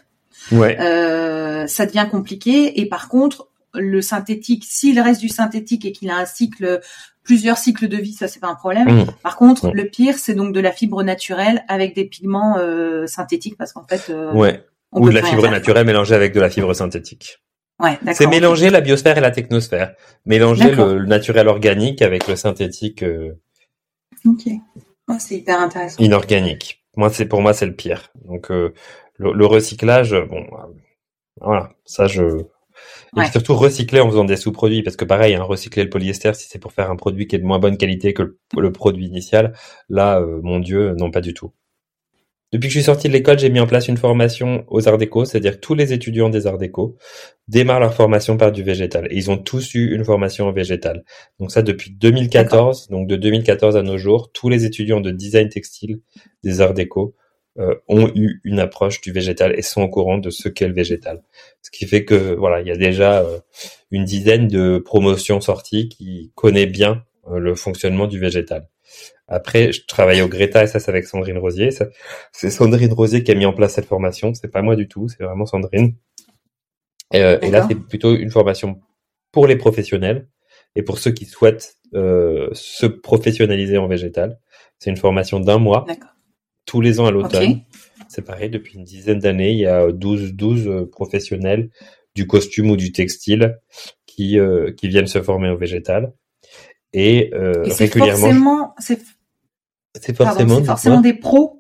ça devient compliqué. Et par contre, le synthétique, s'il reste du synthétique et qu'il a plusieurs cycles de vie, ça c'est pas un problème. Par contre, le pire, c'est donc de la fibre naturelle avec des pigments synthétiques, parce qu'en fait, ou de la fibre naturelle mélangée avec de la fibre synthétique. Ouais, d'accord. C'est mélanger la biosphère et la technosphère. Mélanger le naturel organique avec le synthétique. Ok. Oh, c'est hyper intéressant. Inorganique. Pour moi, c'est le pire. Donc, le recyclage, voilà. Ça, et surtout recycler en faisant des sous-produits, parce que pareil, recycler le polyester, si c'est pour faire un produit qui est de moins bonne qualité que le produit initial, là, mon Dieu, non, pas du tout. Depuis que je suis sorti de l'école, j'ai mis en place une formation aux Arts Déco, c'est-à-dire que tous les étudiants des Arts Déco démarrent leur formation par du végétal. Et ils ont tous eu une formation en végétal. Donc ça, depuis 2014, donc de 2014 à nos jours, tous les étudiants de design textile des Arts Déco ont eu une approche du végétal et sont au courant de ce qu'est le végétal. Ce qui fait que, voilà, il y a déjà une dizaine de promotions sorties qui connaissent bien le fonctionnement du végétal. Après, je travaille au Greta et ça, c'est avec Sandrine Rosier. C'est Sandrine Rosier qui a mis en place cette formation. C'est pas moi du tout, c'est vraiment Sandrine. Et là, c'est plutôt une formation pour les professionnels et pour ceux qui souhaitent se professionnaliser en végétal. C'est une formation d'1 mois, tous les ans à l'automne. C'est pareil, depuis une dizaine d'années, il y a 12 professionnels du costume ou du textile qui viennent se former au végétal. Et régulièrement, c'est forcément des pros.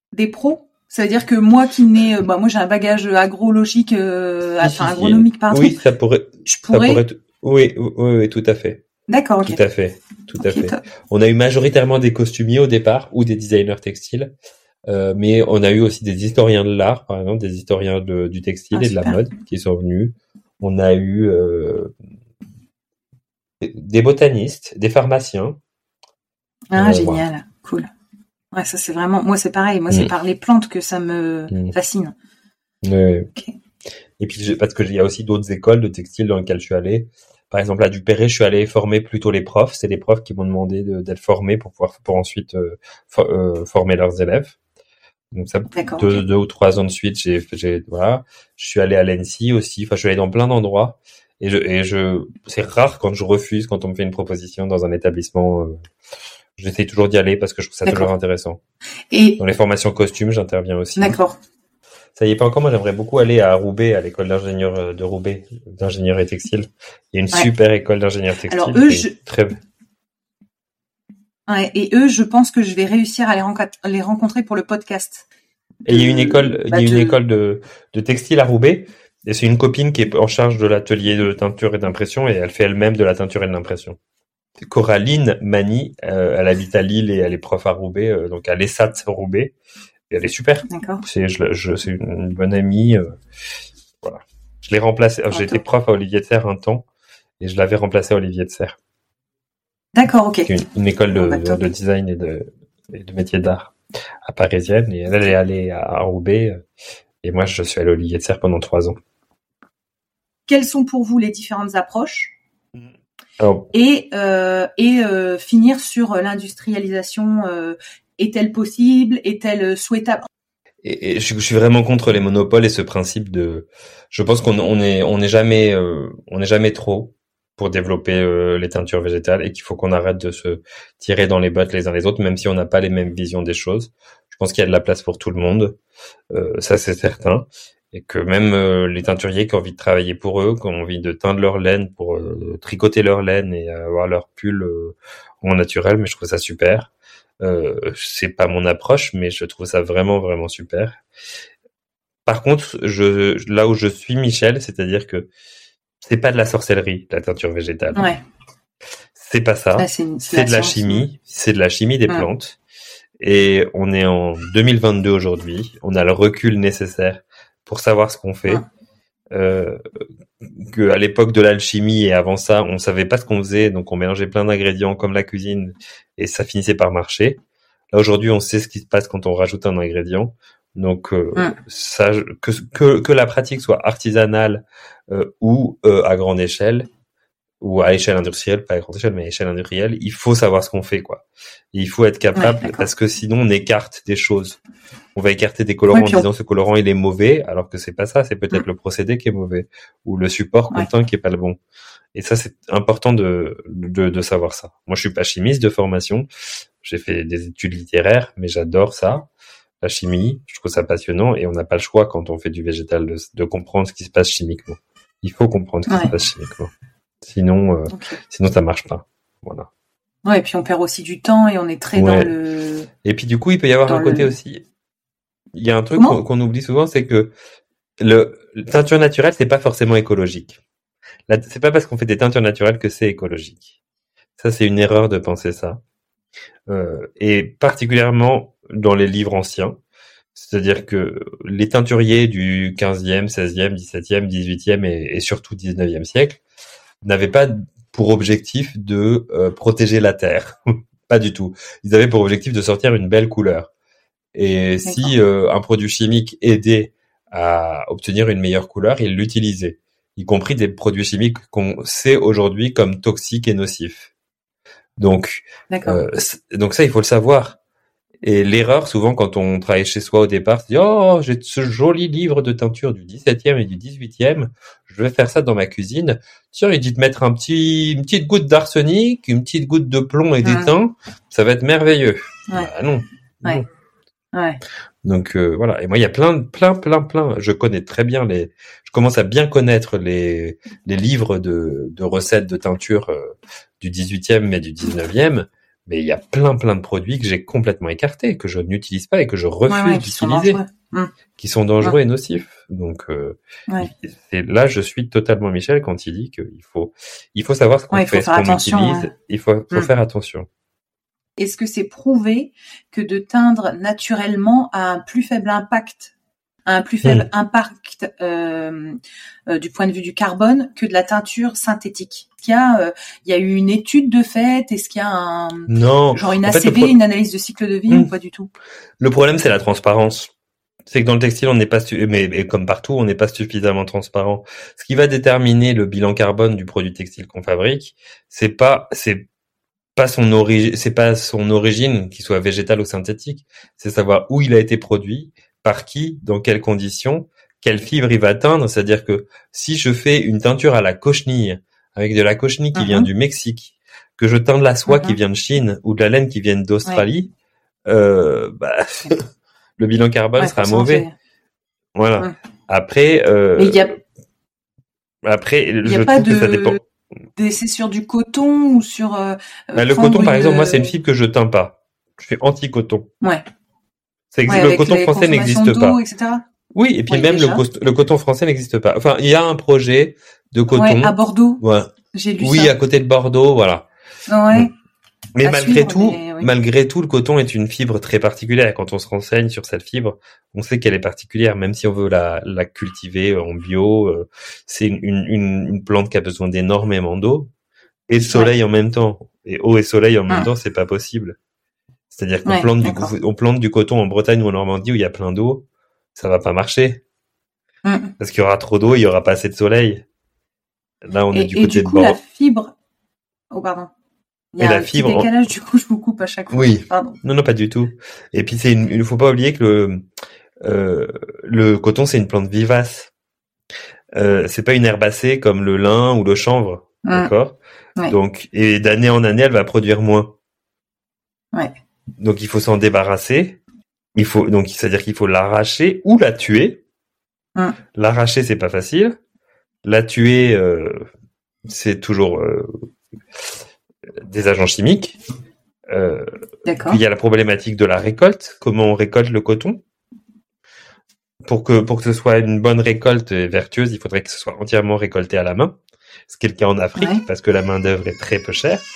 Ça veut dire que moi moi j'ai un bagage agrologique, agronomique, pardon. Oui, ça pourrait. Oui, tout à fait. D'accord, ok. Tout à fait. Top. On a eu majoritairement des costumiers au départ ou des designers textiles, mais on a eu aussi des historiens de l'art, par exemple, des historiens du textile et de la mode qui sont venus. On a eu des botanistes, des pharmaciens. Génial, cool. Ouais, ça c'est vraiment, moi c'est pareil, c'est par les plantes que ça me fascine. Okay. Et puis parce que il y a aussi d'autres écoles de textile dans lesquelles je suis allé. Par exemple à Duperré, je suis allé former plutôt les profs. C'est les profs qui m'ont demandé d'être formés pour ensuite former leurs élèves. Donc ça, 2 ou 3 ans de suite, je suis allé à l'ENSI aussi. Enfin, je suis allé dans plein d'endroits. Et c'est rare quand je refuse, quand on me fait une proposition dans un établissement. J'essaie toujours d'y aller parce que je trouve ça toujours intéressant. Et dans les formations costumes, j'interviens aussi. D'accord. Ça y est pas encore, moi j'aimerais beaucoup aller à Roubaix, à l'école d'ingénieurs de Roubaix, d'ingénieurs et textile. Il y a une super école d'ingénieurs textiles. Alors eux, et eux, je pense que je vais réussir à les rencontrer pour le podcast. Et il y a une école, de textile à Roubaix. Et c'est une copine qui est en charge de l'atelier de teinture et d'impression et elle fait elle-même de la teinture et de l'impression. Coraline Mani, elle habite à Lille et elle est prof à Roubaix, donc à l'ESAT Roubaix. Et elle est super. D'accord. C'est une bonne amie. Voilà. Je l'ai remplacée. J'étais prof à Olivier de Serres un temps et je l'avais remplacée à Olivier de Serres. D'accord, ok. Une école de design et de métier d'art à Parisienne. Et elle est allée à Roubaix. Et moi, je suis allé à Olivier de Serres pendant 3 ans. Quelles sont pour vous les différentes approches et finir sur l'industrialisation, est-elle possible, est-elle souhaitable? Et je suis vraiment contre les monopoles et ce principe je pense qu'on n'est jamais trop pour développer les teintures végétales et qu'il faut qu'on arrête de se tirer dans les bottes les uns les autres, même si on n'a pas les mêmes visions des choses. Je pense qu'il y a de la place pour tout le monde, ça c'est certain. Et que même les teinturiers qui ont envie de travailler pour eux, qui ont envie de teindre leur laine pour tricoter leur laine et avoir leur pull en naturel, mais je trouve ça super. C'est pas mon approche, mais je trouve ça vraiment vraiment super. Par contre, là où je suis Michel, c'est-à-dire que c'est pas de la sorcellerie, la teinture végétale. Ouais. C'est pas ça. C'est de la chimie. C'est de la chimie des plantes. Et on est en 2022 aujourd'hui. On a le recul nécessaire pour savoir ce qu'on fait. Que à l'époque de l'alchimie et avant ça, on savait pas ce qu'on faisait, donc on mélangeait plein d'ingrédients comme la cuisine et ça finissait par marcher. Là aujourd'hui, on sait ce qui se passe quand on rajoute un ingrédient. Donc ça, que la pratique soit artisanale ou à grande échelle ou à échelle industrielle, pas à grande échelle mais à échelle industrielle, il faut savoir ce qu'on fait quoi. Et il faut être capable parce que sinon on écarte des choses. On va écarter des colorants en disant ce colorant il est mauvais alors que c'est pas ça, c'est peut-être le procédé qui est mauvais ou le support content qui est pas le bon. Et ça c'est important de savoir ça. Moi je suis pas chimiste de formation, j'ai fait des études littéraires mais j'adore ça. La chimie, je trouve ça passionnant et on n'a pas le choix quand on fait du végétal de comprendre ce qui se passe chimiquement. Il faut comprendre ce qui se passe chimiquement. Sinon ça marche pas. Voilà. Ouais, et puis on perd aussi du temps et on est très dans le... Et puis du coup, il peut y avoir un côté aussi... Il y a un truc qu'on oublie souvent, c'est que le teinture naturelle, c'est pas forcément écologique. Là, c'est pas parce qu'on fait des teintures naturelles que c'est écologique. Ça, c'est une erreur de penser ça. Et particulièrement dans les livres anciens. C'est-à-dire que les teinturiers du 15e, 16e, 17e, 18e et surtout 19e siècle n'avaient pas pour objectif de protéger la terre. Pas du tout. Ils avaient pour objectif de sortir une belle couleur. Et si un produit chimique aidait à obtenir une meilleure couleur, ils l'utilisaient. Y compris des produits chimiques qu'on sait aujourd'hui comme toxiques et nocifs. Donc ça, il faut le savoir. Et l'erreur, souvent, quand on travaille chez soi au départ, c'est « Oh, j'ai ce joli livre de teinture du 17e et du 18e, je vais faire ça dans ma cuisine. Tiens, il dit de mettre une petite goutte d'arsenic, une petite goutte de plomb et d'étain, ça va être merveilleux. » Bah non. Ouais. Donc voilà. Et moi, il y a plein. Je connais très bien je commence à bien connaître les livres de recettes de teinture du 18e et du 19e. Mais il y a plein de produits que j'ai complètement écartés, que je n'utilise pas et que je refuse d'utiliser, qui sont dangereux et nocifs. Donc c'est là je suis totalement Michel quand il dit qu'il faut savoir ce qu'on fait, ce qu'on utilise. Il faut faire attention. Est-ce que c'est prouvé que de teindre naturellement a un plus faible impact du point de vue du carbone que de la teinture synthétique? Il y a eu une étude de fait? Est-ce qu'il y a une ACV, une analyse de cycle de vie ou pas du tout? Le problème, c'est la transparence. C'est que dans le textile, on n'est pas, mais comme partout, on n'est pas suffisamment transparent. Ce qui va déterminer le bilan carbone du produit textile qu'on fabrique, c'est pas son origine, qu'il soit végétale ou synthétique. C'est savoir où il a été produit, par qui, dans quelles conditions, quelle fibre il va teindre. C'est-à-dire que si je fais une teinture à la cochenille, avec de la cochenille qui vient du Mexique, que je teins de la soie qui vient de Chine ou de la laine qui vient d'Australie, le bilan carbone sera mauvais. Voilà. Après, il y a je pas trouve que ça dépend. C'est sur du coton ou sur... le coton, par exemple, moi, c'est une fibre que je teins pas. Je fais anti-coton. Ouais. Le coton français n'existe pas. Etc. Oui, et puis même le coton français n'existe pas. Enfin, il y a un projet de coton. Ouais, à Bordeaux. Ouais. J'ai lu ça. Oui, à côté de Bordeaux, voilà. Ouais. Mais malgré tout, le coton est une fibre très particulière. Quand on se renseigne sur cette fibre, on sait qu'elle est particulière, même si on veut la cultiver en bio. C'est une plante qui a besoin d'énormément d'eau et de soleil en même temps. Et eau et soleil en même temps, c'est pas possible. C'est-à-dire qu'on plante du coton en Bretagne ou en Normandie où il y a plein d'eau, ça va pas marcher. Parce qu'il y aura trop d'eau, il y aura pas assez de soleil. Là, on est du côté de Bordeaux. La fibre... Oh, pardon. Il y a un petit décalage, du coup, je vous coupe à chaque fois. Oui. Pardon. Non, pas du tout. Et puis, il ne faut pas oublier que le coton, c'est une plante vivace. C'est pas une herbacée comme le lin ou le chanvre. D'accord? Ouais. Donc, et d'année en année, elle va produire moins. Ouais. Donc, il faut s'en débarrasser. C'est-à-dire qu'il faut l'arracher ou la tuer. L'arracher, c'est pas facile. La tuer, c'est toujours des agents chimiques. D'accord. Puis il y a la problématique de la récolte. Comment on récolte le coton? Pour que ce soit une bonne récolte vertueuse, il faudrait que ce soit entièrement récolté à la main. Ce qui est le cas en Afrique, parce que la main d'œuvre est très peu chère.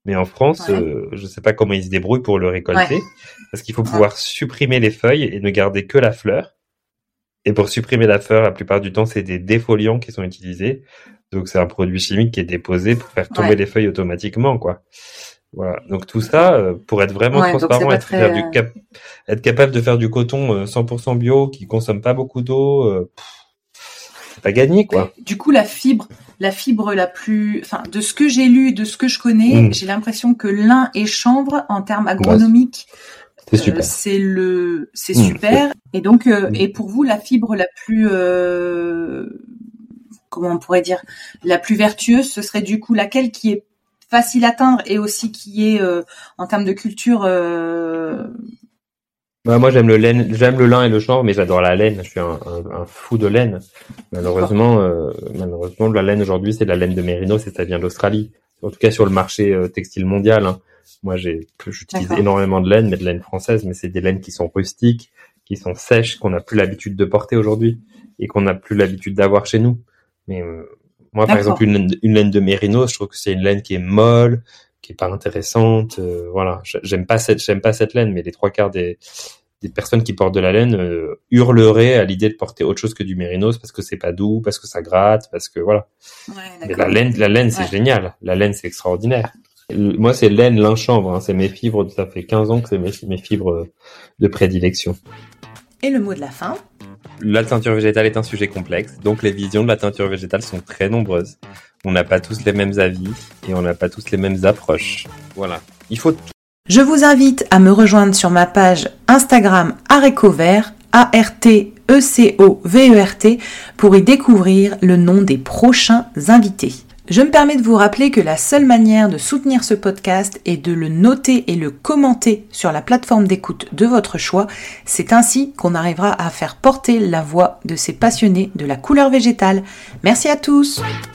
Mais en France, je sais pas comment ils se débrouillent pour le récolter, parce qu'il faut pouvoir supprimer les feuilles et ne garder que la fleur. Et pour supprimer la fleur, la plupart du temps, c'est des défoliants qui sont utilisés. Donc, c'est un produit chimique qui est déposé pour faire tomber les feuilles automatiquement, quoi. Voilà. Donc, tout ça, pour être vraiment transparent, être capable de faire du coton 100% bio, qui consomme pas beaucoup d'eau, c'est pas gagné, quoi. Du coup, la fibre la plus, enfin, de ce que j'ai lu, de ce que je connais, j'ai l'impression que lin et chanvre, en termes agronomiques, c'est super. C'est super. Et donc, et pour vous, la fibre la plus, comment on pourrait dire, la plus vertueuse, ce serait du coup laquelle qui est facile à atteindre et aussi qui est, en termes de culture, moi, j'aime le lin et le chanvre, mais j'adore la laine. Je suis un fou de laine. Malheureusement, la laine aujourd'hui, c'est de la laine de mérinos et ça vient d'Australie. En tout cas, sur le marché textile mondial. Hein. Moi, j'utilise énormément de laine, mais de laine française, mais c'est des laines qui sont rustiques, qui sont sèches, qu'on n'a plus l'habitude de porter aujourd'hui et qu'on n'a plus l'habitude d'avoir chez nous. Mais moi, par exemple, une laine de mérinos, je trouve que c'est une laine qui est molle, qui est pas intéressante. Voilà, j'aime pas cette laine, mais les 3/4 des personnes qui portent de la laine hurleraient à l'idée de porter autre chose que du mérinos parce que c'est pas doux, parce que ça gratte, parce que voilà. Mais la laine, c'est génial. La laine, c'est extraordinaire. Moi, c'est laine, lin, chanvre. Hein. C'est mes fibres. Ça fait 15 ans que c'est mes fibres de prédilection. Et le mot de la fin? La teinture végétale est un sujet complexe, donc les visions de la teinture végétale sont très nombreuses. On n'a pas tous les mêmes avis et on n'a pas tous les mêmes approches. Voilà. Il faut. Je vous invite à me rejoindre sur ma page Instagram Arécovert, ARTECOVERT, pour y découvrir le nom des prochains invités. Je me permets de vous rappeler que la seule manière de soutenir ce podcast est de le noter et le commenter sur la plateforme d'écoute de votre choix. C'est ainsi qu'on arrivera à faire porter la voix de ces passionnés de la couleur végétale. Merci à tous!